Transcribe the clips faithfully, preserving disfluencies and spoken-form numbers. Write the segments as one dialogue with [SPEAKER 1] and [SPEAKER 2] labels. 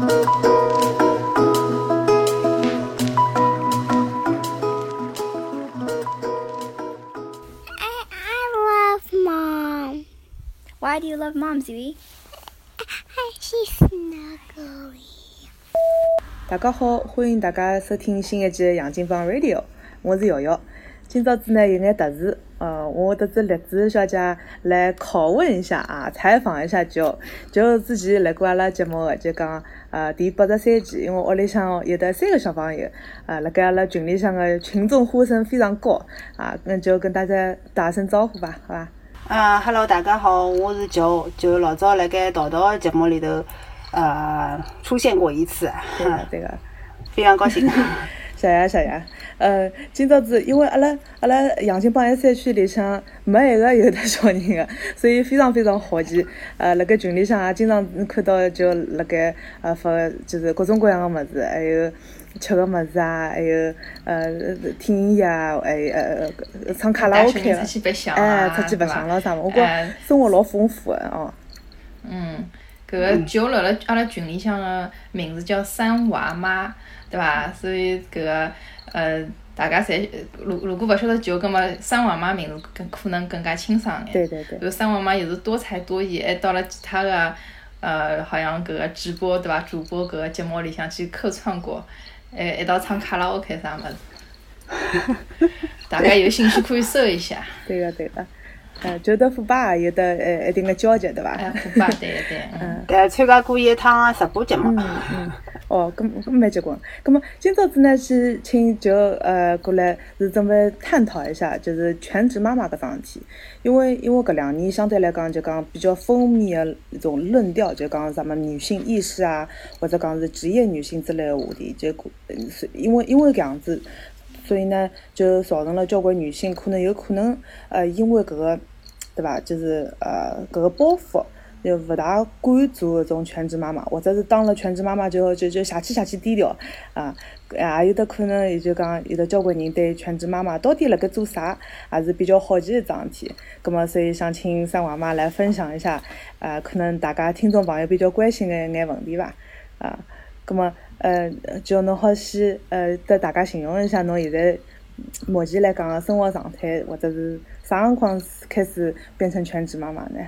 [SPEAKER 1] Why do you love mom, Ziwi?
[SPEAKER 2] She's snuggly.
[SPEAKER 3] 大家好，欢迎大家收听新一期的杨金芳 Radio， 我是瑶瑶。今朝子呢有眼特殊，呃，我得知栗子小姐来拷问一下啊，采访一下就就之前来过阿拉节目的，就讲呃第八十三期，因为屋里向有得三个小朋友，啊，辣盖阿拉群里向的群众呼声非常高啊，那就跟大家打声招呼吧，好吧？
[SPEAKER 4] 啊哈喽，大家好，我是九，就老早辣盖淘淘的节目里头，呃，出现过一次，
[SPEAKER 3] 对个对个，
[SPEAKER 4] 非常高兴。
[SPEAKER 3] 谢谢谢谢，呃，今朝子因为阿拉阿拉杨金帮一山区里向没一个有的小人个，所以非常非常好奇，呃，辣盖群里向也经常看到就辣盖呃发就是各种各样的物事，还有吃个物事啊，还有呃听音乐啊，还有呃唱卡拉 OK 了，哎，出去白相了啥么？我觉生活老丰富的哦。
[SPEAKER 5] 嗯，搿个就辣辣阿拉群里向个名字叫三娃妈。对吧？所以搿个呃，大家侪如如果勿晓得就，葛末三娃妈名字更可能更加清爽一点。
[SPEAKER 3] 对对对。
[SPEAKER 5] 搿三娃妈也是多才多艺，还到了其他的呃，好像搿个直播对伐？主播搿个节目里向去客串过，哎，一道唱卡拉 OK 啥物事。大家有兴趣可以搜一下。
[SPEAKER 3] 对个对个。呃，就得虎爸也有得呃一定的交集，对伐？
[SPEAKER 5] 哎，虎爸对对。
[SPEAKER 3] 嗯。
[SPEAKER 4] 对，参加过一趟直播节目。
[SPEAKER 3] 嗯嗯。哦，咁咁蛮结棍。咁么今朝子呢是请就呃过来是准备探讨一下，就是全职妈妈搿桩事体。因为因为搿两年相对来讲就讲比较风靡的一种论调，就讲什么女性意识啊，或者讲是职业女性之类的话题，就因为因为搿样子。所以呢，就造成了交关女性可能有可能，呃，因为搿个，对伐？就是呃搿个包袱，就勿大敢做搿种全职妈妈，或者是当了全职妈妈就就就下去下去低调啊，也有的可能也就讲有的交关人对全职妈妈到底辣盖做啥，还是比较好奇的一桩事体。葛末所以想请三娃妈来分享一下，呃，可能大家听众朋友比较关心的一眼问题伐？啊，葛末。呃，就侬好先呃，带大家形容一下侬现在目前来讲的生活状态，或者是啥辰光开始变成全职妈妈呢？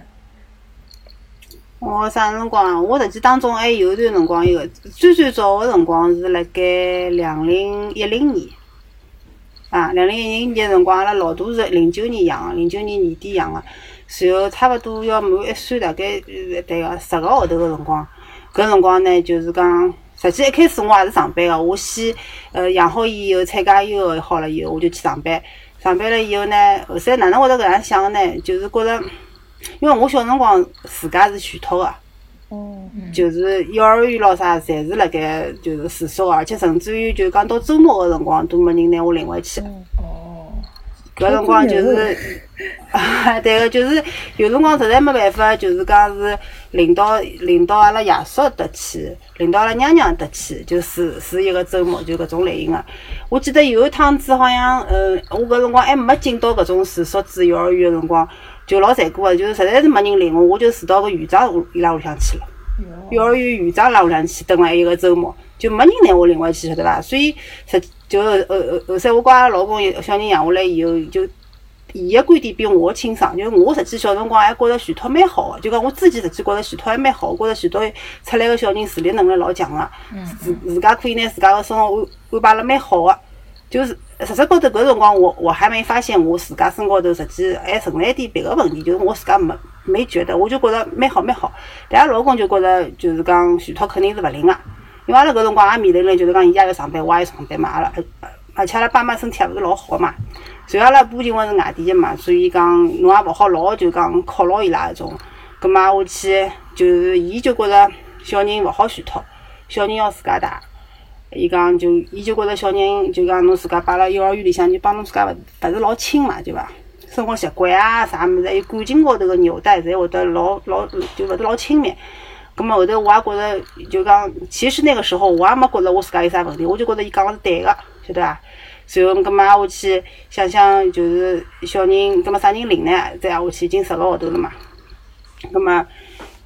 [SPEAKER 4] 我啥辰光？我实际当中还有一段辰光，有个最最早的辰光是辣盖两零一零年，啊，两零一零年的辰光，阿拉老大是零九年养的，零九年年底养的，随后差勿多要满一岁，大概对个十个号头的辰光，搿辰光呢就是讲。实际一开始我也是上班个，我先呃养好以后产假休好了以后，我就去上班。上班了以后呢，后头哪能会得搿样想个呢？就是觉着，因为我小辰光自家是全托个，
[SPEAKER 3] 哦，
[SPEAKER 4] 就是幼儿园咾啥，侪是辣盖就是住宿个，而且甚至于就讲到周末个辰光都没人拿我领回去。
[SPEAKER 5] 哦，
[SPEAKER 4] 搿辰光就是，啊，对个，就是有辰光实在没办法，就是讲是领导领导阿拉爷叔得去，领导阿拉娘娘得去，就住住一个周末，就搿种类型个。我记得有一趟子好像，呃，我搿辰光还没进到搿种住宿制幼儿园个辰光，就老残酷个，就是实在是没人领我，我就住到个园长伊拉屋里向去了。幼儿园园长拉屋里向去等了一个周末，就没人拿我领回去，晓得伐？所以实就呃呃后头我跟阿拉老公小人养下来以后，就伊个观点比我清爽。就是我实际小辰光还觉着全托蛮好个，就讲我自己实际觉着全托还蛮好，觉着全托出来个小人自理能力老强个，自自家可以拿自家个生活安安排了蛮好个。就是实质高头搿辰光，我我还没发现我自家身高头实际还存在一点别个问题，就是我自家没没觉得，我就觉着蛮好蛮好。但阿拉老公就觉着就是讲全托肯定是勿灵个，因为阿拉搿辰光也面临了，就是讲伊也要上班，我也要上班嘛，阿拉而且阿拉爸妈身体也勿是老好嘛，所以阿拉母亲还是外地个嘛，所以讲侬也勿好老就讲犒劳伊拉搿种。葛末下去就是伊就觉着小人勿好全托，小人要自家带。伊讲就，伊就觉着小人就讲侬自家摆辣幼儿园里向，就帮侬自家勿勿是老亲嘛，对伐？生活习惯啊啥物事，还有感情高头个纽带，侪会得老老就勿是老亲密。咁么后头我也觉着，就讲其实那个时候我也没觉着我自家有啥问题，我就觉着伊讲个是对个，晓得伐？随后咁么下去想想，就是小人，咁么啥人领呢？再下去已经十个号头了嘛。咁么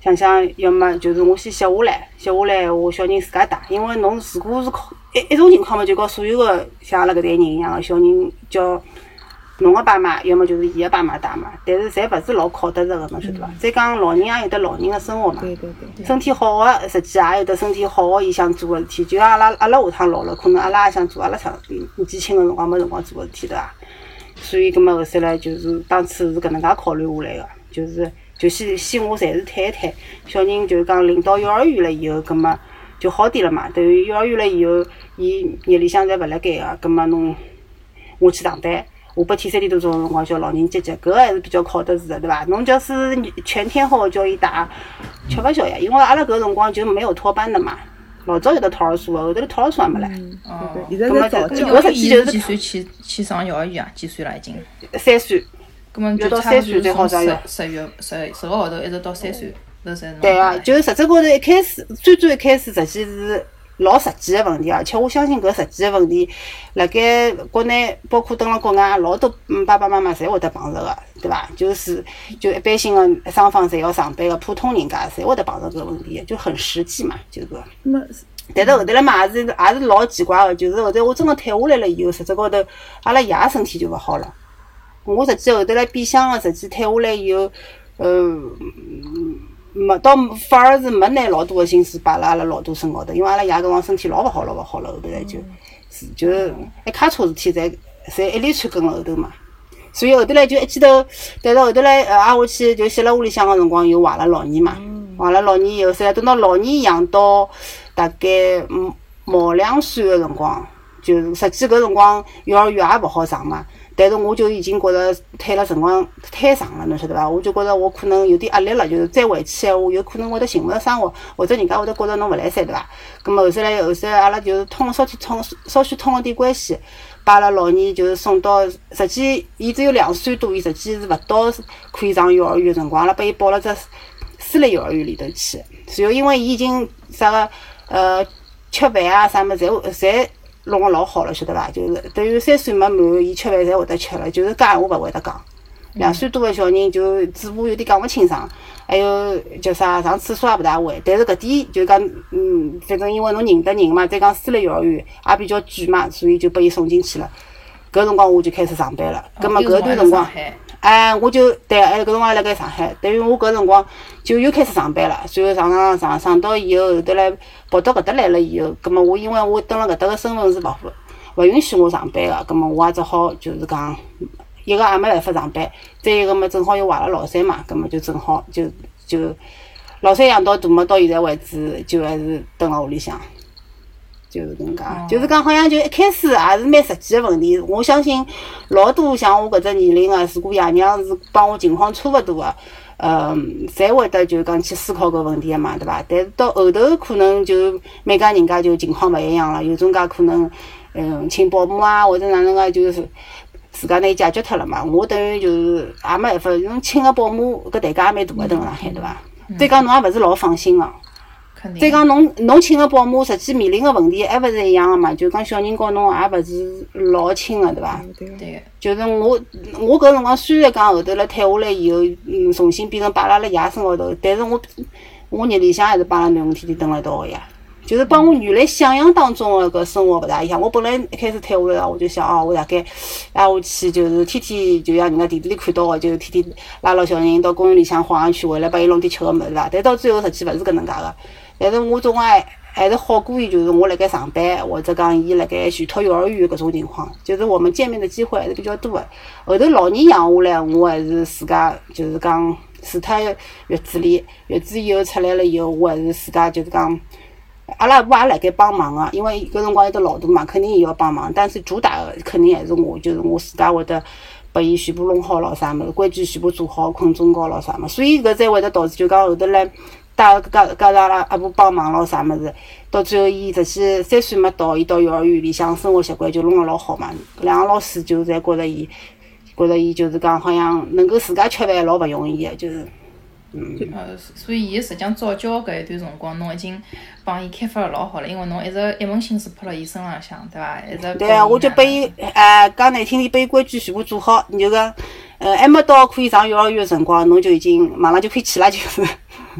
[SPEAKER 4] 想想要么就是我先歇下来，歇下来我小人自家带，因为侬如果是靠一一种情况嘛，就跟所有个像阿拉搿代人一样个小人叫侬个爸妈，要么就是伊个爸妈带嘛，但是侪勿是老靠得着个，侬晓得伐？再讲老人也有得老人个生活嘛，
[SPEAKER 3] 对对对，
[SPEAKER 4] 身体好个实际也有得身体好个伊想做个事体，就像阿拉阿拉下趟老了，可能阿拉也想做阿拉想年纪轻个辰光没辰光做个事体，对伐？所以，搿么后头来就是当初是搿能介考虑下来个，就是就先先我暂时摊一摊，小人就是讲领到幼儿园了以后，搿么就好点了嘛。等于幼儿园了以后，伊日里向侪勿辣盖个，搿么侬我去上班，下半天三点多钟个辰光叫老人接接，搿个还是比较靠得住个，对伐？侬假使全天候叫伊带，吃勿消呀，因为阿拉搿辰光就没有托班的嘛。老早有得托儿所个，后头托儿所也没来。
[SPEAKER 5] 哦，
[SPEAKER 3] 现在在早教，
[SPEAKER 4] 我实际就是
[SPEAKER 5] 几岁去去上幼儿园啊？几岁了已经？
[SPEAKER 4] 三岁。
[SPEAKER 5] 咁么就差不多从十十月十十个号头一直到三岁，都是
[SPEAKER 4] 对啊，就是实质高头一开始最最一开始实际是老实际个问题，而且我相信搿实际个问题，辣盖国内包括蹲辣国外，老多爸爸妈妈侪会得碰着个，对伐？就是就一般性个双方侪要上班个普通人家，侪会得碰着搿个问题，就很实际嘛，就搿。
[SPEAKER 3] 那么
[SPEAKER 4] 但是后头来嘛，也是也是老奇怪个，就是后头我真个退下来了以后，实质高头阿拉爷身体就勿好了。我实际后头来变相个，实际退下来以后，呃，没倒反而是没拿老多个心思摆辣阿拉老多身高头，因为阿拉爷搿光身体老勿好老勿好了，后头来就是就是一卡车事体侪侪一连串跟了后头嘛，所以后头来就一记头，但是后头来呃挨下去就歇辣屋里向个辰光又怀了老二嘛，怀了老二以后，再等到老二养到大概毛两岁个辰光，就是实际搿辰光幼儿园也勿好上嘛。但是我就已经觉着退了辰光太长了，侬晓得伐？我就觉着我可能有点压力了，就是再回去闲话，有可能会得寻勿着生活，或者人家会得觉着侬勿来三，对伐？咁么后头来后头阿拉就是通了稍许通稍许通了点关系，把阿拉老二就是送到，实际伊只有两岁多，伊实际是勿到可以上幼儿园个辰光，阿拉拨伊报了只私立幼儿园里头去。然后因为伊已经啥个呃吃饭啊啥物事侪侪。弄个老好了，晓得伐？就是等于三岁没满，伊吃饭侪会得吃了，就是讲闲话勿会得讲。两岁多个小人就嘴巴有点讲勿清爽，还有叫啥上厕所也勿大会。但是搿点就讲，嗯，反正因为侬认得人嘛，再讲私立幼儿园也比较贵嘛，所以就拨伊送进去了。搿辰光我就开始上班了，葛末搿段辰光，哎，我就对，哎，搿辰光辣盖上海，等于我搿辰光就又开始上班了。随后上上上上到以后，后头来跑到搿搭来了以后，葛末我因为我蹲辣搿搭个身份是勿勿允许我上班个，葛末我也只好就是讲，一个也没办法上班，再一个嘛正好又怀了老三嘛，葛末就正好就就老三养到大嘛，到现在为止就还是蹲辣屋里向。就是搿能介，就是讲好像就一开始也是蛮实际个问题。我相信老多像我搿只年龄个，如果爷娘是帮我情况差勿多个，嗯，侪会得就是讲去思考搿问题个嘛，对伐？但是到后头可能就每家人家就情况勿一样了，有种介可能，嗯，请保姆啊或者哪能个就是自家拿伊解决脱了嘛。我等于就是也没办法，侬请个保姆搿代价也蛮大个，蹲辣上海对伐？再讲侬也勿是老放心个。再讲侬侬请个保姆，实际面临个问题还勿是一样个嘛？就讲小人和侬也勿是老亲个，对伐？
[SPEAKER 5] 对。
[SPEAKER 4] 就是我我搿辰光虽然讲后头来退下来以后，嗯，重新变成摆辣阿拉爷身高头，但是我我日里向还是帮阿拉囡恩天天蹲辣一道个呀。就是帮我原来想象当中个搿生活勿大一样。我本来一开始退下来了，我就想哦，我大概挨下去就是天天就像人家电视里看到个，就天天拉牢小人到公园里向晃上去，回来拨伊弄点吃个物事伐？但到最后实际勿是搿能介个。但是我总还还是好过于就是我辣盖上班，或者讲伊辣盖全托幼儿园搿种情况，就是我们见面的机会还是比较多的。后头老年养下来，我还是自家就是讲除脱月子里，月子以后出来了以后，我还是自家就是讲，阿拉阿婆也辣盖帮忙个，因为搿辰光有得老大嘛，肯定伊要帮忙，但是主打的肯定还是我，就是我自家会得拨伊全部弄好咾啥物事，规矩全部做好，困钟高咾啥物事，所以搿才会得导致就讲后头来。加加加上阿拉阿婆帮忙咯啥物事，到最后伊实际三岁没到，伊到幼儿园里向生活习惯就弄得老好嘛。两个老师就侪觉着伊，觉着伊就是讲好像能够自家吃饭老勿容易个，就是，嗯。
[SPEAKER 5] 呃，所以伊实际上早教搿一段辰光，侬已经帮伊开发了老好了，因为侬一直一门心思扑辣伊身浪向，对伐？一直。
[SPEAKER 4] 对啊，我就拨伊，哎，讲难听点，拨伊规矩全部做好，你就讲，呃，还没到可以上幼儿园个辰光，侬就已经马上就可以去了，就是。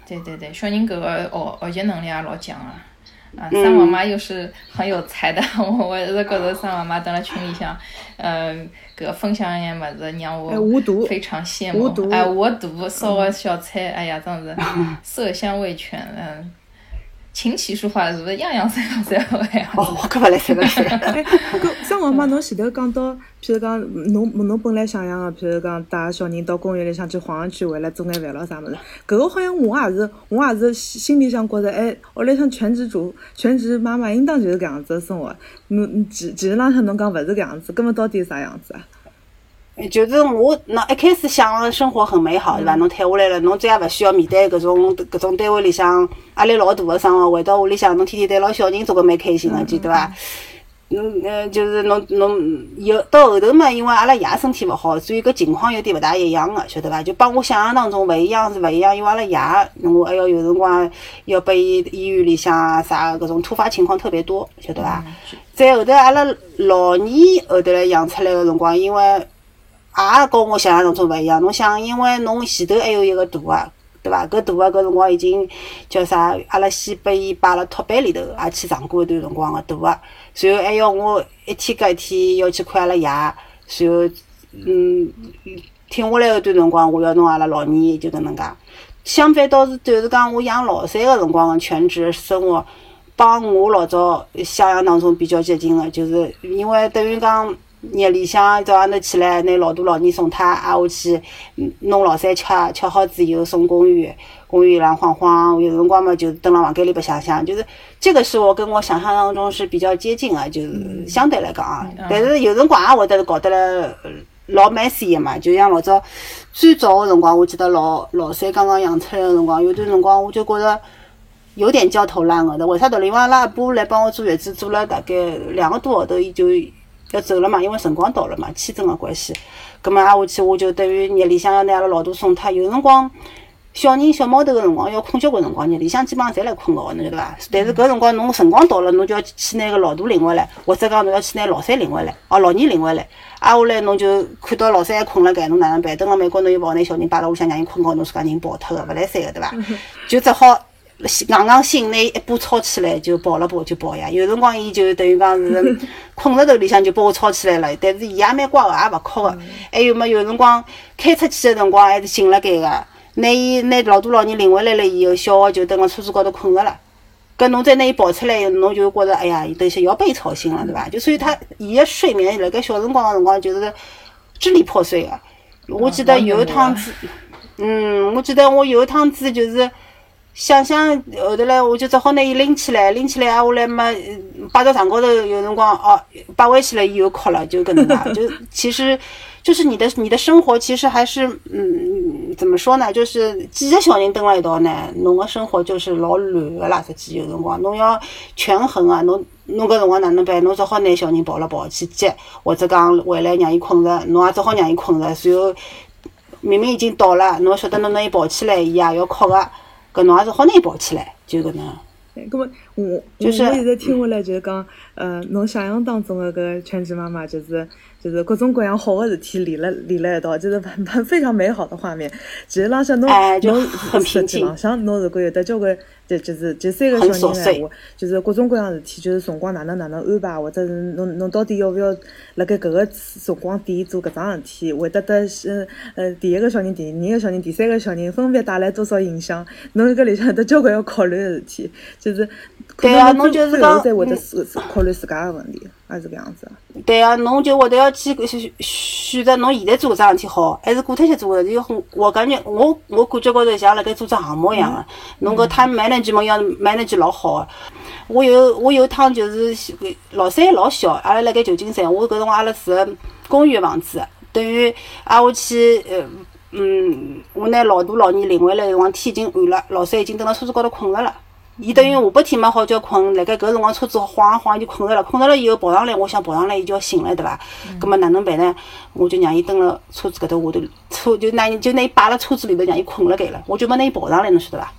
[SPEAKER 5] 对对对，小人搿个学学习能力也老强啊。啊，三妈妈又是很有才的，我我一直觉着三妈妈蹲辣群里向，呃，搿个分享一眼物事，让我非常羡慕。哎，画图烧个小菜，哎呀，真是色香味全，嗯。琴棋书画是不是样样侪好侪好呀？
[SPEAKER 4] 哦，我可勿来三个三。
[SPEAKER 3] 哎，搿三妈妈，侬前头讲到，譬如讲，侬侬本来想象个，譬如讲带小人到公园里向去晃上去，回来做眼饭咯啥物事，搿个好像我也是，我也是心里向觉着，哎，屋里向全职主、全职妈妈应当就是搿样子的生活。侬其其实浪向侬讲勿是搿样子，根本到底是啥样子啊？
[SPEAKER 4] 就是我那一开始想的生活很美好，对伐？侬退下来了，侬再也勿需要面对搿种搿种单位里向压力老大的生活，回到屋里向侬天天对牢小人做个蛮开心个，就对伐？嗯呃，就是侬侬有到后头嘛，因为阿拉爷身体勿好，所以搿情况有点勿大一样个，晓得伐？就帮我想象当中勿一样是勿一样，因为阿拉爷我还要有辰光要拨伊医院里向啥搿种突发情况特别多，晓得伐？再后头阿拉老二后头来养出来个辰光，因为也跟我想象当中勿一样，侬想，因为侬前头还有一个大个，对伐？搿大个搿辰光已经叫啥？阿拉先拨伊摆辣托班里头，也去上过一段辰光个大个，随后还要我一天隔一天要去看阿拉爷，随后嗯停下来一段辰光，我要弄阿拉老二，就搿能介。相反倒是就是讲我养老三个辰光个全职生活，帮我老早想象当中比较接近个，就是因为等于讲。日里向早上头起来，拿老大老二送他，挨下去弄老三吃，吃好之后送公园，公园上晃晃，有辰光嘛就蹲辣房间里白相相，就是这个是我跟我想象当中是比较接近的，就是相对来讲啊。但是有辰光也会得搞得来老 messy 的嘛，就像老早最早的辰光，我记得老老三刚刚养出来的辰光，有段辰光我就觉得有点焦头烂额的。为啥道理？因为阿拉阿婆来帮我坐月子，做了大概两个多号头，伊就要走了嘛，因为辰光到了嘛，签证的关系。葛末挨下去我就等于日里向要拿阿拉老大送他，有辰光小人小毛头个辰光要困交关辰光，日里向基本上侪来困觉，侬晓得伐？但是搿辰光侬辰光到了，侬就要去拿个老大领回来，或者讲侬要去拿老三领回来，哦老二领回来。挨下来侬就看到老三还困辣盖，侬哪能办？等辣美国侬又勿好拿小人摆辣屋里向让伊困觉，侬自家人跑脱个，勿来三个对伐？就只好硬硬心拿一把抄起来就抱了抱就抱呀。有辰光伊就等于讲是困着头里向就把我抄起来了，但是伊也蛮乖个，也勿哭个。还有么有辰光开出去个辰光还是醒辣盖个，拿伊拿老大老二领回来了以后，小个就蹲辣车子高头困着了。搿侬再拿伊抱出来，侬就觉着哎呀，等些要被操心了，对伐？就所以他伊个睡眠辣盖小辰光个辰光就是支离破碎个。我记得有一趟子，嗯，我记得我有一趟子就是想想后头来，我就只好拿伊拎起来，拎起来挨下来嘛，摆到床高头，有辰光哦，摆回去了伊又哭了，就搿能介。就其实就是你的你的生活其实还是嗯怎么说呢？就是几个小人蹲辣一道呢，侬个生活就是老乱个啦。实际有辰光侬要权衡啊，侬侬搿辰光哪能办？侬只好拿小人抱了抱去接，或者讲回来让伊困着，侬也只好让伊困着。随后明明已经到了，侬晓得侬拿伊抱起来，伊也要哭个。搿侬也是好拿伊抱起来，就搿能。
[SPEAKER 3] 搿么我
[SPEAKER 4] 就是
[SPEAKER 3] 我现在听下来就是讲，呃，侬想象当中的搿全职妈妈就是就是各种各样好的事体连了连了一道，就是很很非常美好的画面。其实浪向侬侬实际浪向侬如果有得交关就就是就三个小人闲话，就是各种各样事体，就是辰光哪能哪能安排，或者是侬侬到底要勿要辣盖搿个辰光点做搿桩事体，会得得是呃第一个小人、第二个小人、第三个小人分别带来多少影响，侬搿里向有得交关要考虑的事体，就是
[SPEAKER 4] 对啊，侬就是讲
[SPEAKER 3] 再会得考虑自家的问题，也是搿样子。
[SPEAKER 4] 对啊，侬就会得要去选择侬现在做搿桩事体好，还是过脱些做个事体。我感觉我我感觉高头像辣盖做只项目一样个，侬搿 time management 要 manage 老好个。我有我有一趟就是老三老小，阿拉辣盖旧金山，我搿辰光阿拉住个公寓房子，等于挨下去呃嗯，我拿老大老二领回来辰光天已经暗了，老三已经蹲辣车子高头困着了。伊等于下半天嘛好叫困，辣盖搿辰光车子晃啊晃就困着了，困着了以后跑上来，我想跑上来伊就要醒了，对伐？葛末哪能办呢？我就让伊蹲辣车子搿头下头，车就拿就拿伊摆辣车子里头，让伊困辣盖了，我就没拿伊抱上来，侬晓得伐？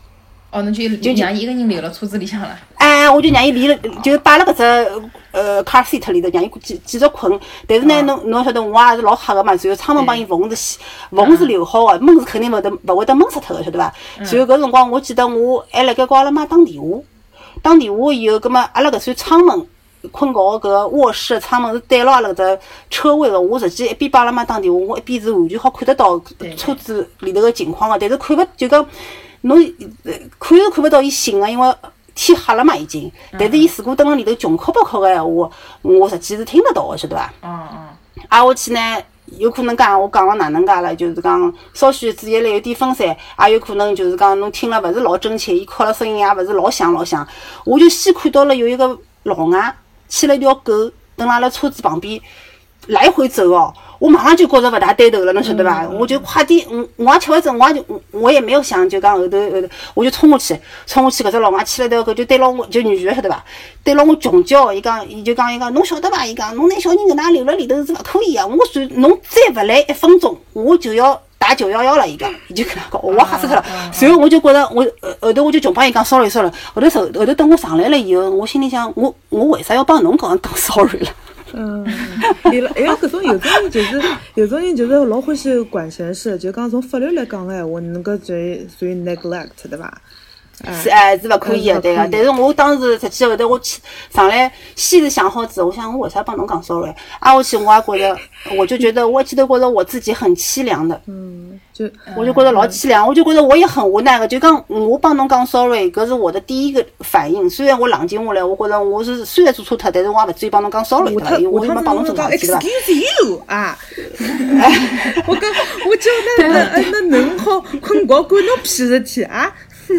[SPEAKER 5] 哦，侬就让伊一个人留辣车子里向了。
[SPEAKER 4] 哎，我就让伊立了，就摆辣搿只呃 car seat 里头，让伊继继续困。但是呢，侬侬晓得我也是老吓个嘛，然后窗门帮伊缝是缝是留好个，门是肯定勿得勿会得闷死脱个，晓得伐？然后搿辰光我记得我还辣盖跟阿拉妈打电话，打电话以后，葛末阿拉搿扇窗门。困觉搿个卧室的窗门是对牢阿拉搿只车位个，我实际一边帮阿拉妈打电话，我一边是完全好看得到车子里头个情况个，但是看勿就讲侬看是看勿到伊醒个，因为天黑了嘛已经。但是伊如果蹲辣里头穷哭不哭个闲话，我实际是听得到个，晓得伐？
[SPEAKER 5] 嗯嗯。
[SPEAKER 4] 挨下去呢，有可能讲我讲了哪能介了，就是讲稍许注意力有点分散，也有可能就是讲侬听了勿是老真切，伊哭了声音也勿是老响老响。我就先看到了有一个老外。牵了一条狗，蹲辣阿拉车子旁边来回走哦，我马上就觉着勿大对头了，侬晓得伐？我就快点，我我也吃勿准，我也就我也没有想，就讲后头后头，我就冲过去，冲过去，搿只老外牵了条狗就对牢我，就女的晓得伐？对牢我穷叫，伊讲，伊就讲，伊讲，侬晓得伐？伊讲，侬拿小人搿能留辣里头是勿可以啊！我说，侬再勿来一分钟，我就要打九幺幺了。伊讲，伊就搿能讲，我吓死脱了。随后我就觉着，我后头我就穷帮伊讲 sorry sorry。后头后后头等我上来了以后，我心里想，我我为啥要帮侬讲讲 sorry 了？
[SPEAKER 3] 嗯，伊拉，哎呀，搿种有种人就是有种人就是老欢喜管闲事，就讲从法律来讲个闲话，侬搿属于属于 neglect 对伐？
[SPEAKER 4] 是哎，是勿可以个，对个。但是我当时实际后头我去上来，先是想好子，我想我为啥帮侬讲 sorry？ 挨下去我也觉着，我就觉得我记得觉着我自己很凄凉的。
[SPEAKER 3] 嗯，就
[SPEAKER 4] 我就觉得老凄凉，我就觉得我也很无奈个，就讲我帮侬讲 sorry，搿是我的第一个反应。虽然我冷静下来，我觉着我是虽然做错脱，但是我也勿至于帮侬讲 sorry 对伐？因为我又没帮侬做啥事体对伐
[SPEAKER 3] ？excuse you 啊！我讲我叫那那那能好困觉关侬屁事体啊！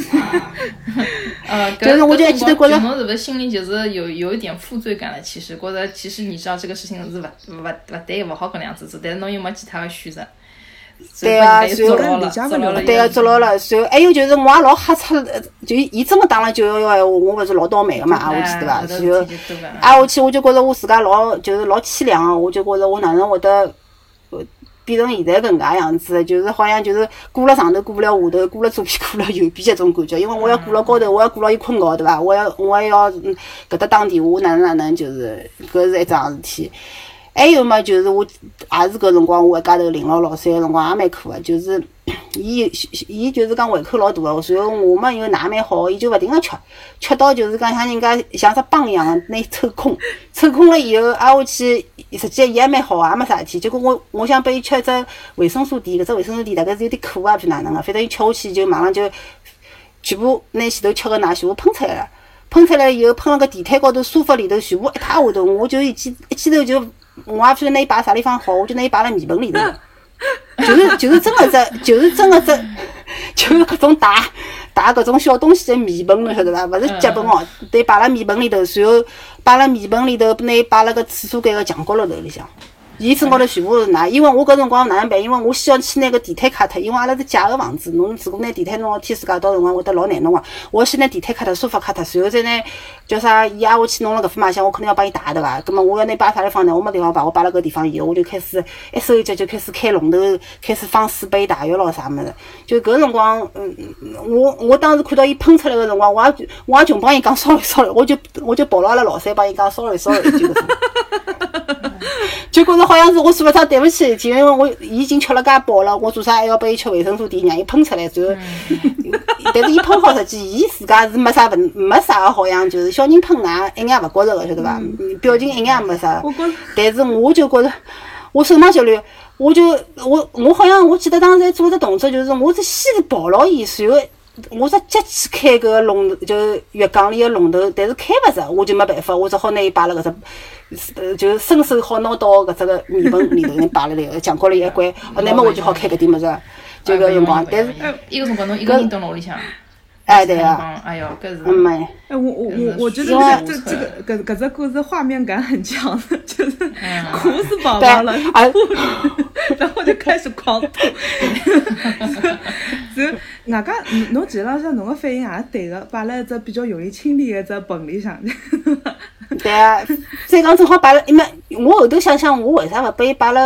[SPEAKER 5] 呃，
[SPEAKER 4] 就是我就还记得觉得，
[SPEAKER 5] 侬是不是心里就是有有一点负罪感了？其实觉得其实你知道这个事情是勿勿勿对，勿好搿能样子做，但是侬又没其他的选择。
[SPEAKER 4] 对啊，
[SPEAKER 5] 然后
[SPEAKER 4] 对啊，捉牢了。然后还有就是我也老吓出，就伊真个打了九幺幺闲话，我勿是老倒霉个嘛，挨下去对伐？然后挨下去我就觉着我自家老就是老凄凉个，我就觉着我哪能会得变成现在搿能介样子，就是好像就是过了上头，过不了下头，过了左边，过了右边这种感觉。因为我要过了高头，我要过了伊困觉，对伐？我要我还要搿搭打电话，哪能哪能，就是搿是一桩事体。还有嘛，就是我也是搿辰光，我一家头领牢老三个辰光也蛮苦个，就是伊伊就是讲胃口老大个，然后我嘛又奶蛮好，伊就勿停个吃，吃到就是讲像人家像只帮一样个，拿伊抽空，抽空了以后挨下去，实际伊也蛮好个，也没啥事体。结果我我想拨伊吃一只维生素 D， 搿只维生素 D 大概是有点苦啊，不是哪能个，反正伊吃下去就马上就全部拿前头吃个奶全部喷出来了，喷出来以后喷了个地毯高头、沙发里头，全部一塌糊涂，我就一记一记头就。我也勿晓得拿伊摆啥地方好，我就拿伊摆辣面盆里头，就是就是真个只，就是真个只，就是搿种打打搿种小东西的面盆，侬晓得伐？勿是脚盆哦，得摆辣面盆里头，然后摆辣面盆里头，拿伊摆辣个厕所间个墙角落头里向。伊身高头全部是拿，因为我搿辰光哪能办？因为我先要去拿个地毯卡脱，因为阿拉是假个房子，侬如果拿地毯弄到天世界道辰光会得老难弄个。我先拿地毯卡脱、沙发卡脱，然后再拿叫啥？伊挨下去弄了搿副卖相，我肯定要帮伊打对伐？葛末我要拿摆啥地方呢？我没地方摆，我摆辣搿地方以后，我就开始一手一脚就开始开龙头，开始放水杯、大浴咯啥物事。就搿辰光，嗯，我我当时看到伊喷出来个辰光，我也我也穷帮伊讲 sorry sorry，我就我就跑牢阿拉老三帮伊讲 sorry sorry，就搿种。就觉着好像是我做了桩对勿起事体，因为我伊已经吃了介饱了，我做啥还要拨伊吃维生素 D， 让伊喷出来，然后，但是伊喷好，实际伊自家是没啥问，没啥个好像就是小人喷奶一眼也勿觉着个，晓得伐？表情一眼也没啥。但是我就觉着，我手忙脚乱，我就我我好像我记得当时还做了只动作，就是我是先是抱牢伊，然后。我是急去开搿个龙头，就是浴缸里个龙头，但是开勿着，我就没办法，我只好拿伊摆辣搿只，呃，就是伸手好拿到搿只个面盆里头，摆辣里，墙角里一关，哦，那么我就好开搿点物事，就搿辰光。但是，
[SPEAKER 5] 伊个辰光侬一个人蹲辣屋里向。
[SPEAKER 4] 哎，对个。
[SPEAKER 5] 哎哟，搿是。
[SPEAKER 4] 嗯，
[SPEAKER 3] 哎，我我我我觉得这这这个搿搿只故事画面感很强，就是哭死宝宝了，然后就开始狂吐。然后外加侬其实浪向侬个反应也是对个，摆辣一只比较容易清理个一只盆里向。
[SPEAKER 4] 对啊，再讲正好摆了，因为我后头想想，我为啥勿拨伊摆辣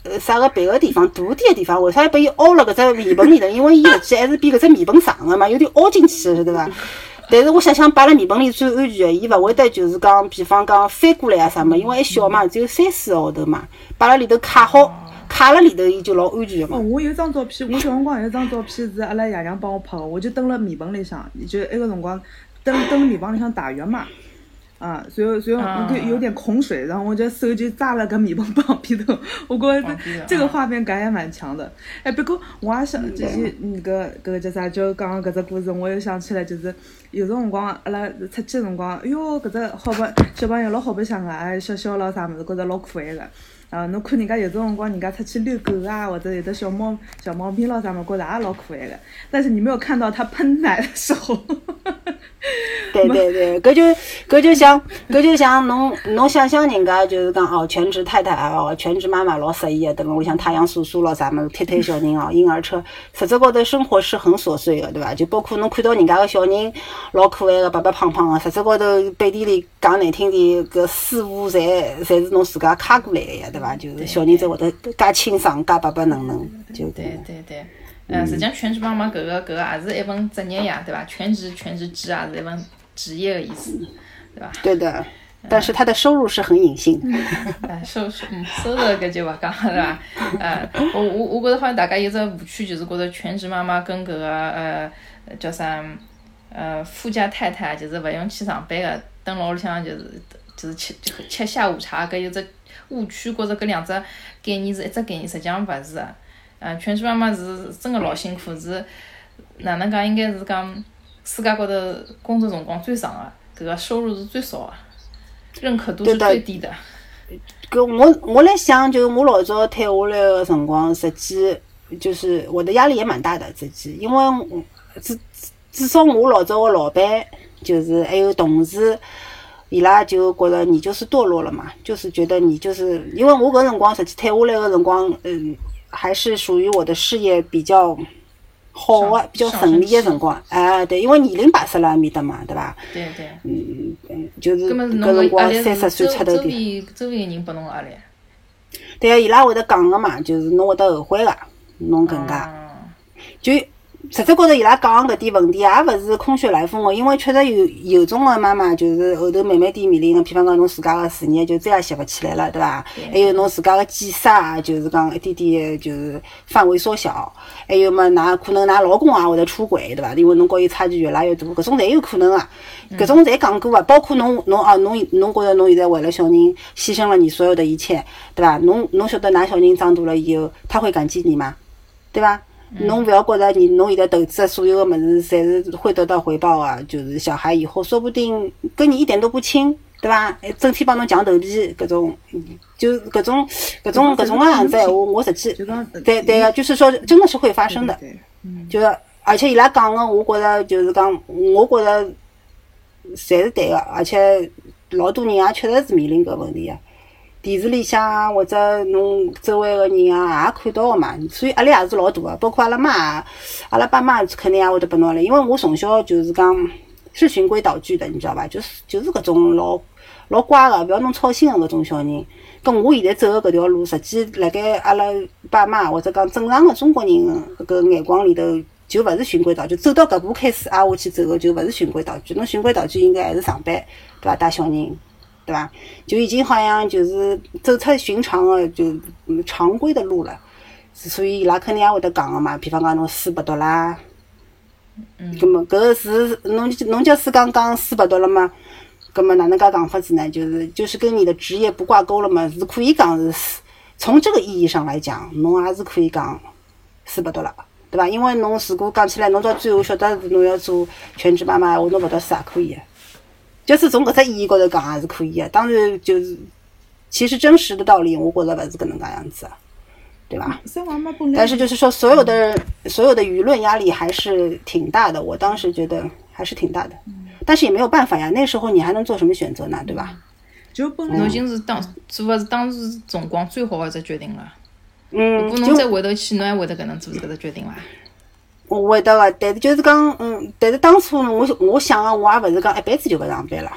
[SPEAKER 4] 呃啥个别个地方大点个地方，为啥要把伊凹了搿只面盆里头？因为伊实际还是比搿只面盆长个嘛，有点凹进去，晓得伐？但是我想想，摆辣面盆里最安全个，伊勿会得就是讲，比方讲翻过来啊啥么，因为还小嘛，只有三四个号头嘛，摆辣里头卡好，卡辣里头伊就老安全个
[SPEAKER 3] 哦，
[SPEAKER 4] 嘛。
[SPEAKER 3] 我有一张照片，我小辰光有一张照片是阿拉爷娘帮我拍个，我就蹲辣面盆里向，就埃个辰光蹲蹲辣面盆里向打浴嘛。啊，随后随后我就有点恐水，然后我就手就扎了个面盆旁边头，我觉着这个画面感也蛮强的。哎，不过我也想就是那个搿个叫啥，就刚刚搿只故事，我又想起来，就是有种辰光阿拉出去辰光，哎哟，搿只好白小朋友老好白相个，哎，笑笑咯啥物事，觉着老可爱个。啊，侬看人家有种辰光，人家出去遛狗啊，或者有的小猫小猫咪咯啥么，觉着也老可爱个。但是你没有看到它喷奶的时候。
[SPEAKER 4] 对对对，搿就搿就像搿就像侬侬想想人家就是讲哦，全职太太哦，全职妈妈老适意个，对伐？我像太阳叔叔咯啥么，推推小人哦，婴儿车，实质高头生活是很琐碎个，对伐？就包括侬看到人家个小人老可爱个，白白胖胖个，实质高头背地里讲难听点，搿师傅侪侪是侬自家卡过来个呀，对伐？就是小人才会得介清爽，介白白嫩嫩，就
[SPEAKER 5] 对对对。嗯，实际上全职妈妈搿个搿个也是一份职业呀，对伐？全职全职职也是一份职业的意思，对伐？
[SPEAKER 4] 对的，但是他的收入是很隐性。
[SPEAKER 5] 哎，收收嗯收入搿就勿讲了，对伐？呃，我我我觉着好像大家有只误区，就是觉着全职妈妈跟搿个呃叫啥呃富家太太，就是勿用去上班个，蹲辣屋里向就是就是吃吃下午茶，搿有只误区，觉着搿两只概念是一只概念，实际上勿是个。呃，全职妈妈是真个老辛苦，是哪能讲？应该是讲世界高头工作辰光最长个，搿个收入是最少个，认可度是最低的。
[SPEAKER 4] 搿我我来想，就我老早退下来个辰光，实际就是我的压力也蛮大的，自己，因为至至少我老早个老板，就是还有同事。伊拉就觉得你就是堕落了嘛，就是觉得你就是因为我搿辰光实际退下来个辰光，嗯。还是属于我的事业比较好的、比较顺利的辰光，哎，对，因为年龄摆设辣埃面搭嘛，对伐？
[SPEAKER 5] 对对。
[SPEAKER 4] 嗯嗯，就是
[SPEAKER 5] 搿
[SPEAKER 4] 辰光三十岁出头
[SPEAKER 5] 点。周围周围个人拨侬压力。
[SPEAKER 4] 对啊，伊拉会得讲个嘛，就是侬会得后悔个，侬更加。就实质高头伊拉讲搿点问题也勿是空穴来风个，因为确实有有种个妈妈就是后头慢慢点面临个，譬方讲侬自家个事业就再也吸勿起来了，对伐？还有侬自家个检查，就是讲一点点就是范围缩小，还有嘛，㑚可能㑚老公也会得出轨，对伐？因为侬和伊差距越来越大，搿种侪有可能啊，搿种侪讲过啊，包括侬侬哦，侬侬觉着侬现在为了小人牺牲了你所有的一切，对伐？侬侬晓得㑚小人长大了以后，他会感激你吗？对伐？侬勿要觉着你侬现在投资的所有的物事侪是会得到回报啊！就是小孩以后说不定跟你一点都不亲，对伐？整天帮侬抢头皮，搿种就搿种搿种搿种个样子闲话，我实际对对个，就是说真的是会发生的。就是而且伊拉讲个，我觉着就是讲，我觉着侪是对个，而且老多人也确实是面临搿问题个。电视里向或者侬周围个人啊，也看到个嘛，所以压力也是老大个。包括阿拉妈，阿拉爸妈肯定也会得拨侬压力，因为我从小就是讲是循规蹈矩的，你知道伐？就是就是搿种老老乖个，勿要侬操心个搿种小人。咁我现在走个搿条路，实际辣盖阿拉爸妈或者讲正常个中国人搿眼光里头，就勿是循规蹈矩。走到搿步开始挨下去走个，就勿是循规蹈矩。侬循规蹈矩应该还是上班，对伐？带小人。对吧？就已经好像就是走出寻常的就常规的路了，所以伊拉肯定也会得讲个嘛。比方讲侬书不读啦，嗯，咁么搿个是侬侬叫是刚刚书不读了嘛？咁么哪能介讲法子呢？就是就是跟你的职业不挂钩了嘛？是可以讲是从这个意义上来讲，侬也是可以讲书不读了，对吧？因为侬如果讲起来，侬到最后晓得侬要做全职妈妈，我侬勿读书也可以。就是从搿只意义高头讲也是可以的，当然就是其实真实的道理，我觉着勿是搿能介样子，对吧？但是就是说，所有的所有的舆论压力还是挺大的，我当时觉得还是挺大的，但是也没有办法呀，那时候你还能做什么选择呢，对吧？
[SPEAKER 3] 就本
[SPEAKER 5] 侬已经是当做的是当时辰光最好的一只决定了。
[SPEAKER 4] 嗯，
[SPEAKER 5] 如果侬再回头去，侬还会得搿能做搿只决定伐？
[SPEAKER 4] 我会得个，但是就是讲，嗯，但是当初我我想个，我也勿是讲一辈子就勿上班了，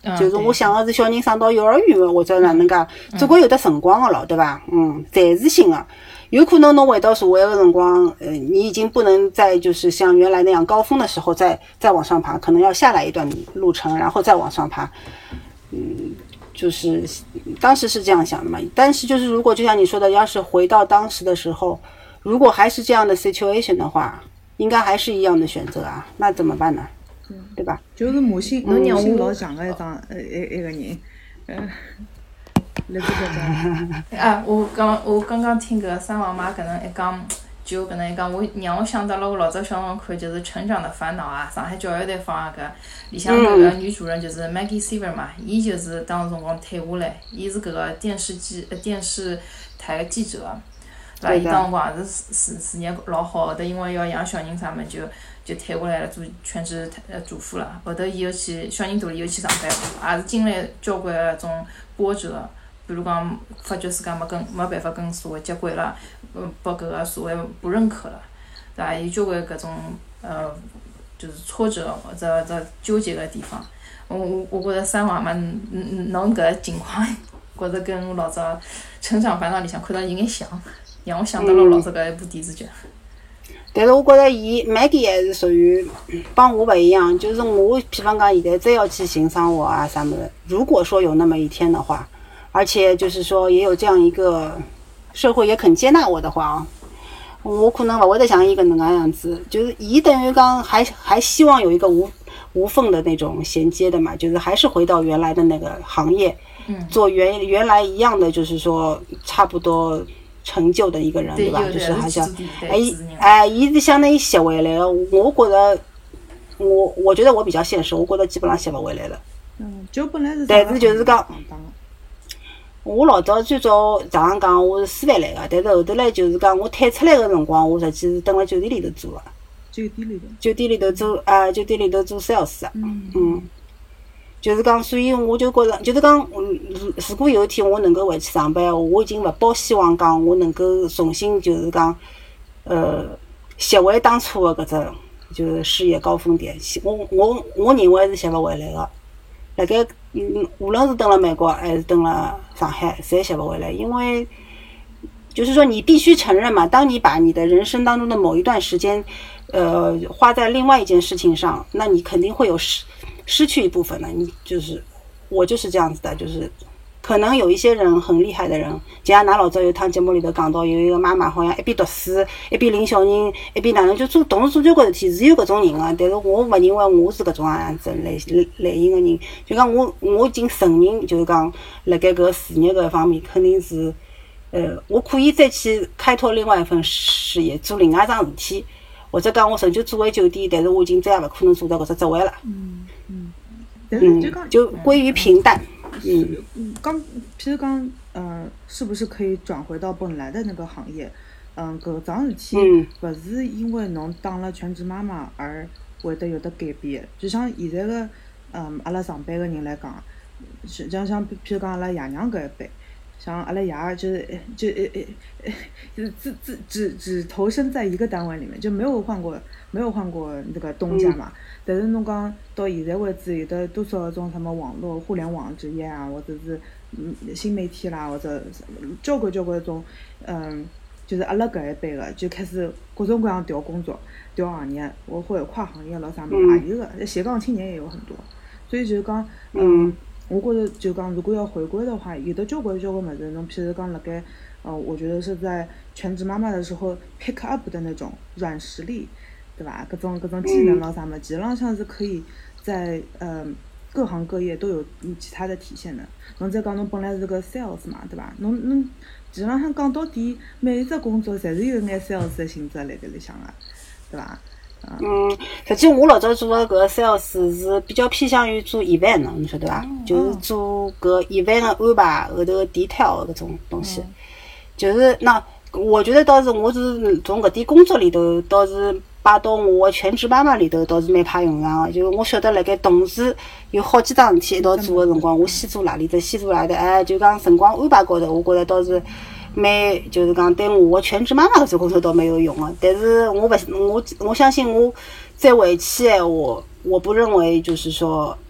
[SPEAKER 4] 就是我想个是小人上到幼儿园或者哪能介，总归有得辰光个咯，对伐？嗯，暂时性个。有可能侬回到社会的辰光，呃，你已经不能再就是像原来那样高峰的时候再再往上爬，可能要下来一段路程，然后再往上爬。嗯，就是当时是这样想的嘛。但是就是如果就像你说的，要是回到当时的时候，如果还是这样的 situation 的话，应该还是一样的选择啊，那怎么办呢？对吧？
[SPEAKER 3] 就是母性
[SPEAKER 5] 侬让我
[SPEAKER 3] 母性老强的一张呃一一个人，嗯。来这个讲，
[SPEAKER 5] 啊，我刚我刚刚听搿个三王妈搿能一讲，就搿能一讲，我让我想到了我老早小辰光看就是《成长的烦恼》啊，上海教育台放个搿里向搿个女主人就是 Maggie Silver 嘛，伊就是当时辰光退下来，伊是搿个电视记呃电视台的记者，对伐？伊当辰光也是事事业老好，后头因为要养小人啥么就就退下来了，做全职呃主妇了。后头伊又去小人大了又去上班，也是经历交关搿种波折。比如讲，发觉自家没跟没办法跟社会接轨了，嗯，被搿个社会不认可了，对伐？有交关搿种呃，就是挫折或者者纠结个地方。我我我觉着三王嘛，侬侬搿情况，觉着跟我老早《成长烦恼》里向看到有眼像，让我想到了老早搿一部电视剧。
[SPEAKER 4] 但是我觉着伊 Maggie 还是属于帮我勿一样，就是我比方讲现在再要去寻生活啊啥么子，如果说有那么一天的话。而且就是说，也有这样一个社会也肯接纳我的话啊，我可能勿会得像伊搿能介样子。就是伊等于讲还还希望有一个无无缝的那种衔接的嘛，就是还是回到原来的那个行业，
[SPEAKER 5] 嗯，
[SPEAKER 4] 做原原来一样的，就是说差不多成就的一个人，对吧？就是还想哎哎，伊是相当于吸回来的。我觉得我我觉得我比较现实，我觉得基本上吸勿回来了。
[SPEAKER 3] 嗯，就本来是，
[SPEAKER 4] 但是就是讲。我老早最早常常讲我是师范来的，但是后头来就是讲我退出来的辰光，我实际是蹲辣酒店里头做的。
[SPEAKER 3] 酒店里头。酒
[SPEAKER 4] 店里头做啊、呃，酒店里头做 sales 啊。嗯。嗯。就是讲，所以我就觉着，就是讲，如如果有一天我能够回去上班，我已经勿抱希望讲我能够重新就是讲，呃，拾回当初的搿只就是事业高峰点。我我我认为是拾勿回来的。辣盖嗯，无论是蹲辣美国还是蹲辣上海，侪拾勿回来，因为就是说你必须承认嘛，当你把你的人生当中的某一段时间，呃，花在另外一件事情上，那你肯定会有失失去一部分的。你就是我就是这样子的，就是可能有一些人很厉害的人，就像㑚老早有趟节目里头讲到，有一个妈妈好像一边读书一边领小人，一边哪能就做同时做交关事体，是有搿种人的。但是我勿认为我是搿种样子类类型的人。就讲我我已经承认，就是讲辣盖搿个事业搿方面，肯定是呃，我可以再去开拓另外一份事业，做另外一桩事体，或者讲我仍旧做回酒店，但是我已经再也勿可能做到搿只职位了。
[SPEAKER 3] 嗯嗯。
[SPEAKER 4] 嗯，就归于平淡。
[SPEAKER 3] 嗯，刚譬如讲，嗯、呃，是不是可以转回到本来的那个行业？嗯，搿桩事体勿是因为侬当了全职妈妈而会得有得改变。就像现在个，嗯，阿拉上班个人来讲，像像譬如讲阿拉爷娘搿一辈，像阿拉爷就是就呃呃，就是只只只只投身在一个单位里面，就没有换过没有换过那个东家嘛。嗯，但是侬讲到现在为止，有的多少种什么网络、互联网职业啊，或者是嗯新媒体啦，或者交关交关种，嗯，就是阿拉搿一辈个就开始各种各样调工作、调行业，或或者跨行业咯啥么也有个，斜杠青年也有很多。所以就是讲，嗯，我觉着就讲如果要回归的话，有的交关交关物事，侬譬如讲辣盖，呃，我觉得是在全职妈妈的时候 pick up 的那种软实力。对吧？各种各种技能咯啥么，其实浪向是可以在呃各行各业都有其他的体现的。侬再讲侬本来是个 sales 嘛，对吧？侬侬其实浪向讲到底，每一只工作侪是有眼 sales 的性质辣盖里向个，对吧？
[SPEAKER 4] 嗯，实际我老早做的搿个 sales 是比较偏向于做 event 的，你晓得伐？嗯，就是做搿 event 的安排后头 detail 搿种东西，嗯，就是那我觉得倒是我是从搿点工作里头倒是。摆到我的全职妈妈里头倒是蛮派用场的，就是我晓得辣盖同时有好几桩事体一道做的辰光，我先做哪里头，先做哪里头，哎，就讲辰光安排高头，我觉着倒是蛮，就是讲对我的全职妈妈搿种工作倒蛮有用的。但是我勿，我我相信我再回去闲话，我不认为就是说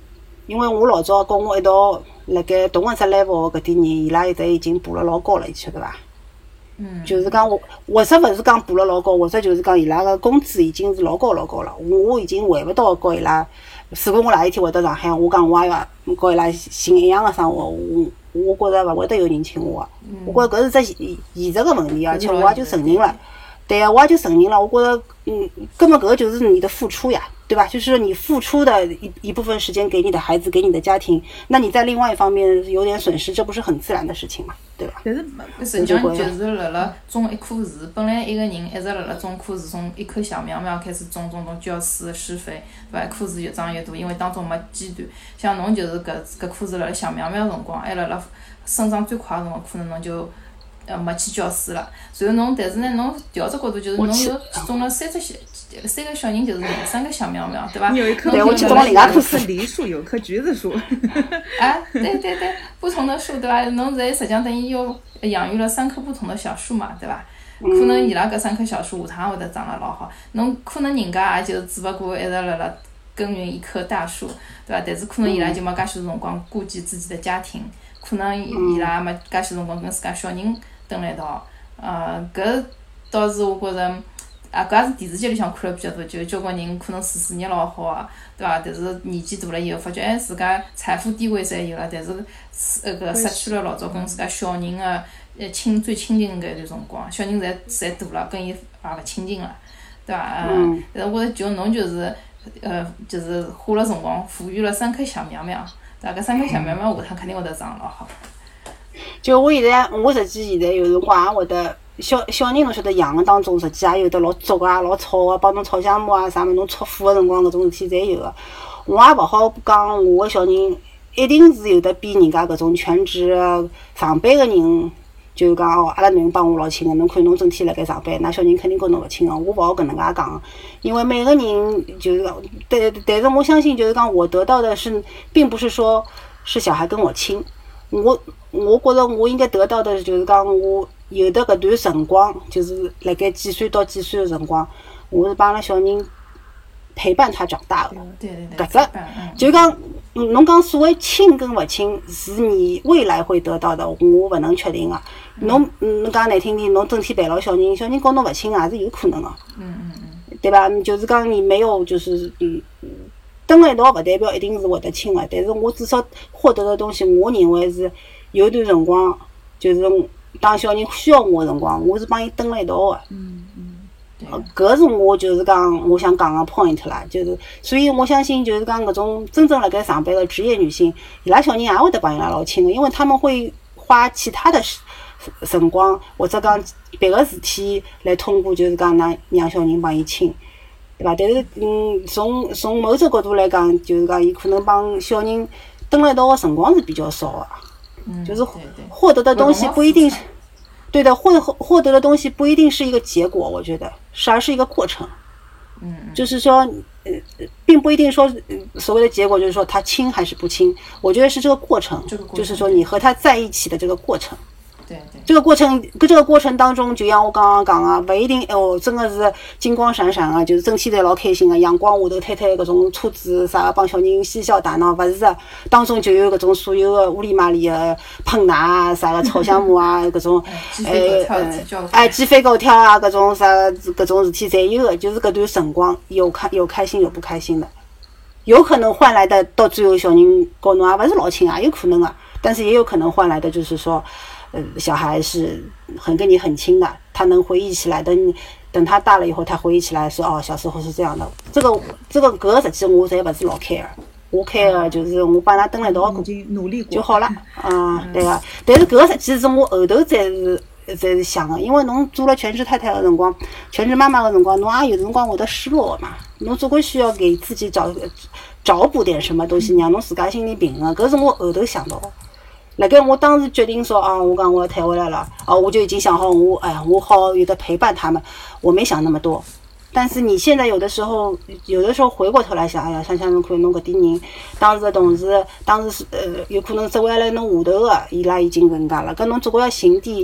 [SPEAKER 4] 因为我老早跟我一道辣盖同一只 level 搿点人，伊拉现在已经爬了老高了，你晓得伐？
[SPEAKER 5] 嗯，
[SPEAKER 4] 就是讲我，或者勿是讲爬了老高，或者就是讲伊拉个工资已经是老高老高了，我已经回勿到和伊拉。如果我哪一天回到上海，我讲我也要和伊拉寻一样的生活，我我觉着勿会得有人请我。我觉着搿是只现现实个问题，而且我也就承认了。对呀、啊，我也就承认了。我觉得，嗯，根本搿个就是你的付出呀，对吧？就是你付出的一一部分时间给你的孩子，给你的家庭，那你在另外一方面有点损失，这不是很自然的事情嘛，对吧？
[SPEAKER 3] 但是
[SPEAKER 5] 实际上就是辣辣种一棵树，本来一个人一直辣辣种棵树，从一棵小苗苗开始种种种浇水施肥，对伐？一棵树越长越大，因为当中没间断。像侬就是搿搿棵树辣辣小苗苗辰光，还辣辣生长最快个辰光，可能侬就。呃，没去浇水了。然后侬，但是呢，侬调只角度就是，侬有种了三只小，三个小人就是人生个小苗苗，对伐？
[SPEAKER 3] 你有一棵，
[SPEAKER 4] 对，我去种了另外一棵树，
[SPEAKER 3] 梨树，有棵橘子树。
[SPEAKER 5] 啊，对对对，不同的树，对伐？侬在实际上等于又养育了三棵不同的小树嘛，对伐？可能伊拉搿三棵小树下趟会得长得老好，侬可能人家也就只不过一直辣辣耕耘一棵大树，对伐？但是可能伊拉就没介许多辰光顾及自己的家庭。可能伊拉也没介许多辰光跟自家小人蹲辣一道，呃，搿倒是我觉着，啊，搿也是电视剧里向看了比较多，就交关人可能事事业老好啊，对伐？但是年纪大了以后，发觉哎，自家财富地位侪有了，但是呃搿失去了老早跟自家小人个呃亲最亲近搿一段辰光，小人侪侪大了，跟伊也勿亲近了，对伐？嗯。但是我觉着就侬就是，呃，就是花了辰光抚育了三棵小苗苗。对，搿三棵小苗苗下趟肯定会得长老好。
[SPEAKER 4] 就我现在，我实际现在有辰光也会得小小人，侬晓得养个当中，实际也有得老作啊、老吵啊，帮侬吵相骂啊啥物，侬戳火个辰光，搿种事体侪有个。我也勿好讲我个小人一定是有得比人家搿种全职上班个人，就讲哦，阿拉囡恩帮我老亲个，侬看侬整天辣盖上班，㑚小人肯定跟侬勿亲个。我勿好搿能介讲，因为每个人就是讲，但但是我相信就是讲，我得到的是，并不是说是小孩跟我亲，我我觉着我应该得到的就是讲，我有的搿段辰光，就是辣盖几岁到几岁个辰光，我是帮阿拉小人陪伴他长大的。
[SPEAKER 5] 对对对。
[SPEAKER 4] 搿只就讲，侬讲所谓亲跟勿亲，是你未来会得到的，我勿能确定个。侬侬讲难听点，侬整天陪牢小人，小人跟侬勿亲也是有可能个。
[SPEAKER 5] 嗯嗯嗯。
[SPEAKER 4] 对吧？就是讲你没有，就是嗯，蹲辣一道勿代表一定是会得亲个，但是我至少获得的东西，我认为是有段辰光，就是当小人需要我个辰光，我是帮伊蹲辣一道个。
[SPEAKER 3] 嗯嗯。
[SPEAKER 4] 搿是我就是讲我想讲个 point 啦，就是所以我相信就是讲搿种真正辣盖上班个职业女性，伊拉小人也会得帮伊拉老亲个，因为他们会花其他的辰光或者讲别个事体来通过，就是讲让让小人帮伊亲，对伐？但是嗯，从从某种角度来讲，就是讲伊可能帮小人蹲辣一道个辰光是比较少个，
[SPEAKER 5] 嗯，
[SPEAKER 4] 就是获得的东西不一定。对的，获获得的东西不一定是一个结果，我觉得是而是一个过程。
[SPEAKER 5] 嗯，
[SPEAKER 4] 就是说，呃，并不一定说、呃、所谓的结果就是说他亲还是不亲，我觉得是这个过程，
[SPEAKER 5] 这个过程
[SPEAKER 4] 就是说你和他在一起的这个过程。
[SPEAKER 5] 对对。
[SPEAKER 4] 这个过程，搿这个过程当中，就像我刚刚讲啊，勿一定哦，真的是金光闪闪啊，就是整天侪老开心个，阳光下头推推搿种车子啥个，帮小人嬉笑打闹，勿是个，当中就有搿种所有个乌里麻里个喷拿啊，啥个吵相骂啊，搿种哎哎鸡飞狗跳啊，搿种啥搿种事体侪有个，就是搿段辰光有开有开心有不开心的，有可能换来的到最后小人跟侬也勿是老亲也有可能啊，但是也有可能换来的就是说。呃，小孩是很跟你很亲的，他能回忆起来的。等他大了以后，他回忆起来说：“哦，小时候是这样的。”这个这个搿个实际我侪勿是老 care， 我 care 就是我帮他蹲辣一道
[SPEAKER 3] 努力
[SPEAKER 4] 就好了。啊、嗯，对个。但是搿个实际是我后头才是才是想的，因为侬做了全职太太的辰光，全职妈妈的辰光，侬也有辰光会得失落嘛。侬总归需要给自己找找补点什么东西，让侬自家心里平衡。搿是我后头想到的。辣盖我当时决定说啊，我讲我要退回来了，啊，我就已经想好我哎，我好有的陪伴他们，我没想那么多。但是你现在有的时候，有的时候回过头来想，哎呀，想想侬看侬搿点人，当时的同事，当时是呃，有可能只会辣侬下头个，伊拉已经搿能介了，搿侬总归要寻点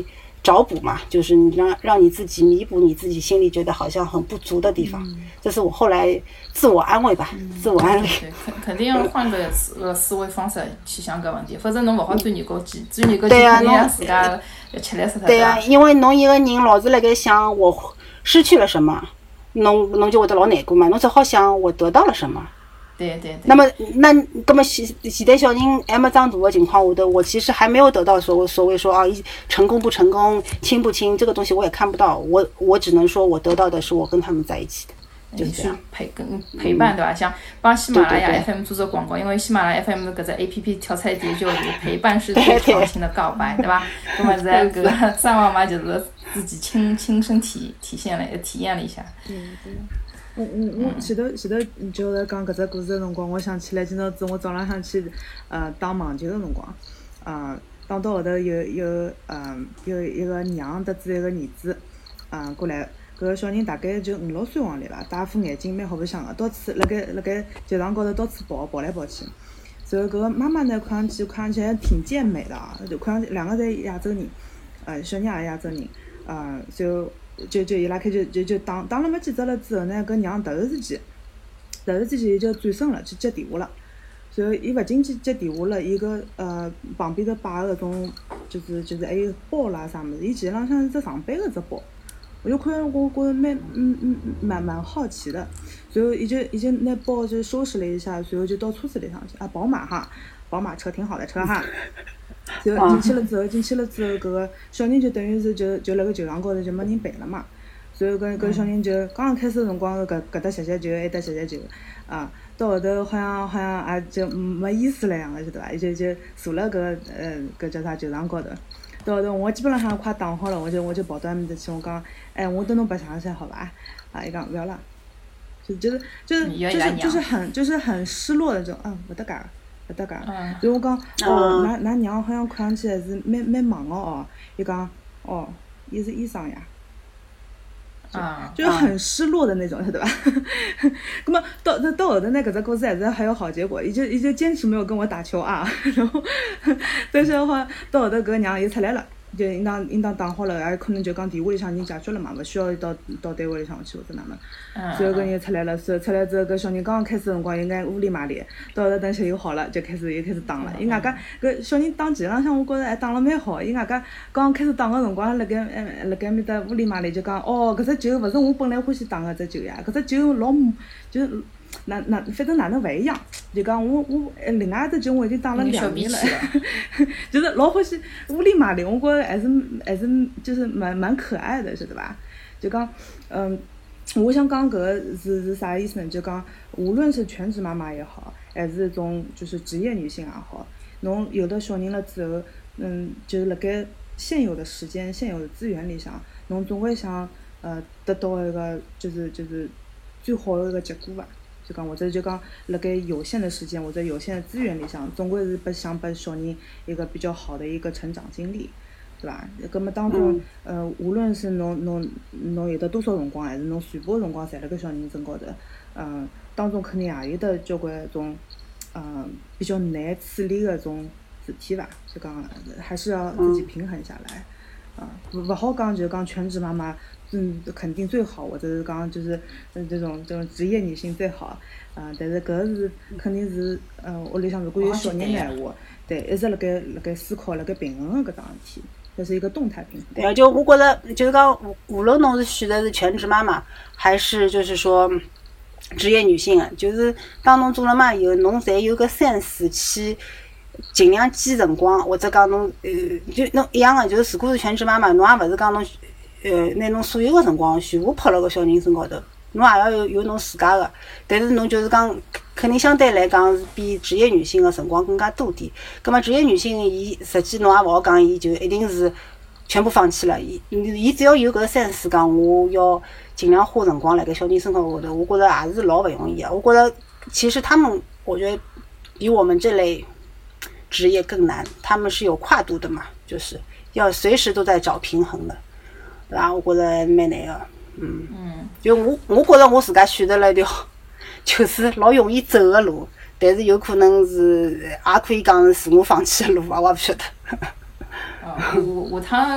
[SPEAKER 4] 找补嘛，就是你让让你自己弥补你自己心里觉得好像很不足的地方，
[SPEAKER 5] 嗯、
[SPEAKER 4] 这是我后来自我安慰吧，嗯、自我安慰。
[SPEAKER 5] 对，肯肯定要换个思个思维方式去想搿问题，否则侬勿好钻牛角尖，钻牛角尖肯定让自家要吃力死脱。
[SPEAKER 4] 对呀、啊，因为侬一个人老是辣盖想我失去了什么，侬侬就会得老难过嘛，侬只好想我得到了什么。
[SPEAKER 5] 对对对。
[SPEAKER 4] 那么，那那么现现在小人还没长大的情况下头，我其实还没有得到所谓所谓说啊，成功不成功，亲不亲，这个东西我也看不到。我我只能说我得到的是我跟他们在一起的，就是这样。
[SPEAKER 5] 陪跟陪伴对吧？像帮喜马拉雅 F M 做做广告，因为喜马拉雅 F M 搿只 A P P 跳出来第一句就是陪伴是最长情的告白，对吧？那么在搿个三妈妈就是自己亲亲身体体现了体验了一下。
[SPEAKER 3] 对对。我我我前头前头就在讲搿只故事的辰光，我想起来今朝子我早浪向去呃打网球的辰光，啊、呃、打到后头有有呃有一个娘得知一个儿子，啊、呃、过来，搿个小人大概就五六岁往里伐，戴副眼镜蛮好白相个，到处辣盖辣盖球场高头到处跑跑来跑去。然后搿个妈妈呢，看上去看上去还挺健美的啊，就看上去两个侪亚洲人，呃小人也亚洲人，啊、呃、就。就就伊拉开就就就打打了没几只了之后呢，搿娘突然之间，突然之间伊就转身了去接电话了。然后伊勿仅去接电话了，伊个呃旁边头摆个种就是就是还有包啦啥物事，伊其实浪向是只上班个只包。我就看我觉着蛮嗯嗯蛮蛮好奇的。然后伊就伊就拿包就收拾了一下，然后就到车子里上去啊，宝马哈，宝马车挺好的车哈。然后进去了之后，进去了之后，搿个小人就等于是就就辣个球场高头就没人陪了嘛。然后搿搿小人就刚刚开始辰光搿搿搭歇歇球，埃搭歇歇球，啊，到后头好像好像也就没意思了样个，晓得伐？伊就就坐辣搿呃搿叫啥球场高头。到后头我基本浪向快打好了，我就我就跑到埃面搭去，我讲，哎，我等侬白相一下好伐？啊，伊讲勿要了，就就是就是就是就是很就是很失落的这种，啊，勿搭界。勿搭界，然后我讲，哦，㑚㑚娘好像看上去还是蛮蛮忙个哦。伊讲，哦，伊是医生呀，
[SPEAKER 5] 啊，
[SPEAKER 3] 就是很失落的那种，晓得吧？那么到到到后头呢，搿只故事还是还有好结果，伊就伊就坚持没有跟我打球啊。然后，但是的话，到后头搿个娘又出来了。就应当应当打好了，也可能就讲电话里向已经解决了嘛，勿需要到到单位里向去或者哪能。然后搿人出来了，是出来之后，搿小人刚刚开始辰光有眼乌里麻里，到后头等歇又好了，就开始又开始打了。伊外加搿小人打球浪向，我觉着还打了蛮好。伊外加刚刚开始打个辰光，辣盖呃辣盖埃面搭乌里麻里就讲，哦，搿只球勿是我本来欢喜打个只球呀，搿只球老就是哪哪反正哪能勿一样，就讲我我另外一只球我已经打了两年了，就是老欢喜乌里麻里，我觉着还是还是就是蛮蛮可爱的，晓得伐？就讲嗯，我想讲搿个是是啥意思呢？就讲无论是全职妈妈也好，还是种就是职业女性也好，侬有了小人了之后，嗯，就是辣盖现有的时间、现有的资源里向，侬总会想呃得到一个就是就是最好的一个结果伐？就讲或者就讲辣盖有限的时间或者有限的资源里向，总归是拨想拨小人一个比较好的一个成长经历，对伐？搿么当中，呃，无论是侬侬侬有得多少辰光，还是侬全部的辰光侪辣盖小人身高头，嗯、呃，当中肯定也有得交关种，呃，比较难处理的种事体伐？就讲还是要自己平衡下来，啊、呃，勿好讲就讲全职妈妈。嗯，肯定最好，或者是讲就是嗯这种这种职业女性最好，啊、呃，但是搿是肯定是呃屋里向如果有小人的闲话，对，一直辣盖辣盖思考辣盖平衡的搿桩事体，这是一个动态平衡。
[SPEAKER 4] 对啊，就我觉着就是讲无无论侬是选择是全职妈妈，还是就是说职业女性啊，就是当侬做了妈以后，侬侪有个 sense 去尽量记辰光，或者讲侬呃就侬一样的，就是如果是全职妈妈，侬也勿是讲侬。呃，拿侬所有个辰光全部抛辣个小人身高头，侬也要有有侬自家个，但是侬就是讲，肯定相对来讲是比职业女性个辰光更加多点。葛末职业女性伊实际侬也勿好讲，伊就一定是全部放弃了。伊伊只要有搿个 sense 讲，我要尽量花辰光辣盖小人身高头，我觉着也是老勿容易个。我觉着其实他们，我觉得比我们这类职业更难，他们是有跨度的嘛，就是要随时都在找平衡的。对伐？我觉着还是蛮难个，嗯，嗯，就我我觉着我自家选择了一条就是老容易走个路，但是有可能是也可以讲是自我放弃的路吧，我也勿晓得。
[SPEAKER 5] 哦，下下趟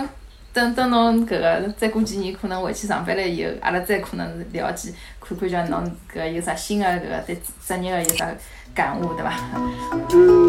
[SPEAKER 5] 等等侬搿个再过几年可能回去上班了以后，阿拉再可能是聊起，看看叫侬搿有啥新的搿个对职业个有啥感悟，对伐？
[SPEAKER 4] 嗯。